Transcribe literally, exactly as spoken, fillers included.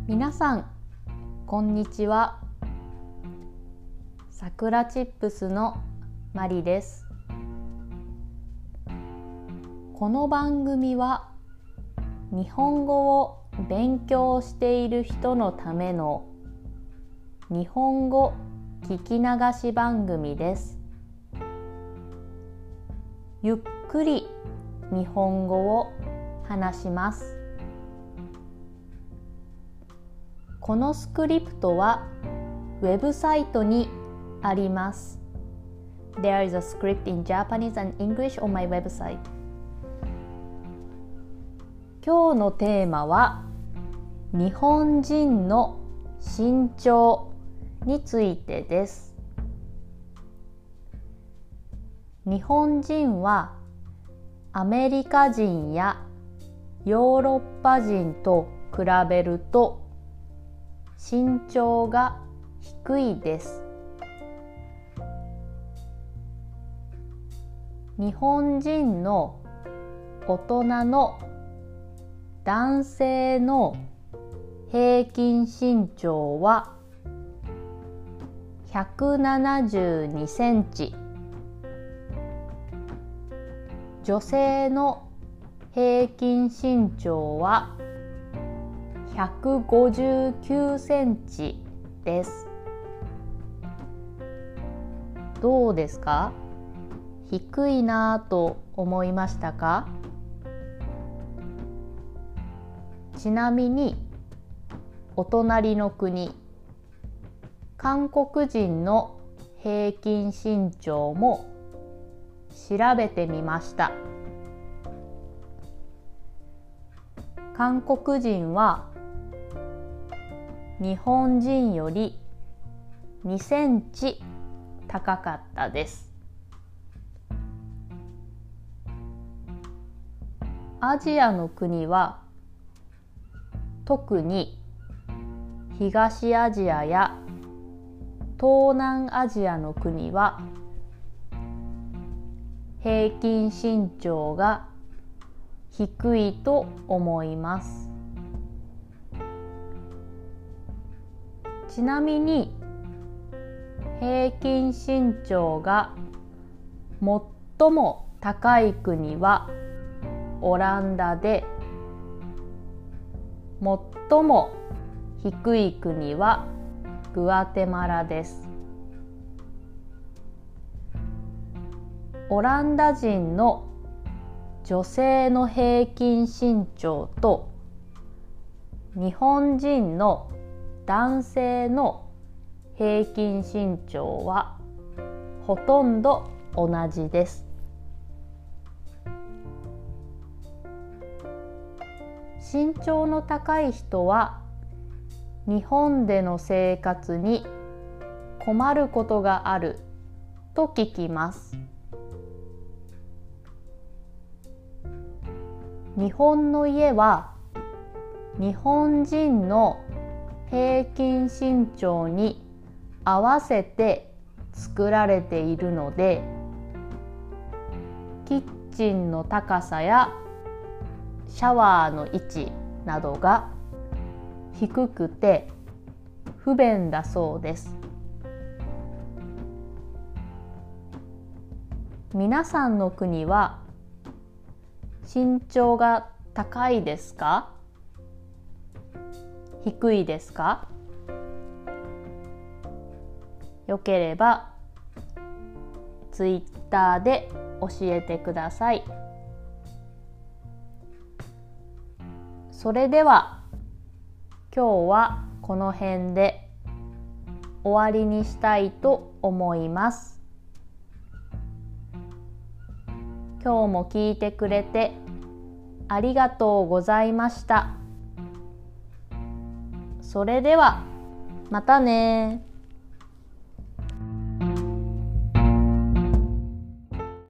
皆さんこんにちは。さくらチップスのマリです。この番組は日本語を勉強している人のための日本語聞き流し番組です。ゆっくり日本語を話します。このスクリプトはウェブサイトにあります。There is a script in Japanese and English on my website. 今日のテーマは日本人の身長についてです。日本人はアメリカ人やヨーロッパ人と比べると身長が低いです。日本人の大人の男性の平均身長はひゃくななじゅうにセンチ、女性の平均身長はひゃくごじゅうきゅうセンチです。どうですか？低いなぁと思いましたか？ちなみにお隣の国、韓国人の平均身長も調べてみました。韓国人は日本人よりにセンチ高かったです。アジアの国は特に東アジアや東南アジアの国は平均身長が低いと思います。ちなみに平均身長が最も高い国はオランダで、最も低い国はグアテマラです。オランダ人の女性の平均身長と日本人の男性の平均身長はほとんど同じです。身長の高い人は日本での生活に困ることがあると聞きます。日本の家は日本人の平均身長に合わせて作られているので、キッチンの高さやシャワーの位置などが低くて不便だそうです。皆さんの国は身長が高いですか？低いですか？よければツイッターで教えてください。それでは今日はこの辺で終わりにしたいと思います。今日も聞いてくれてありがとうございました。それではまたね。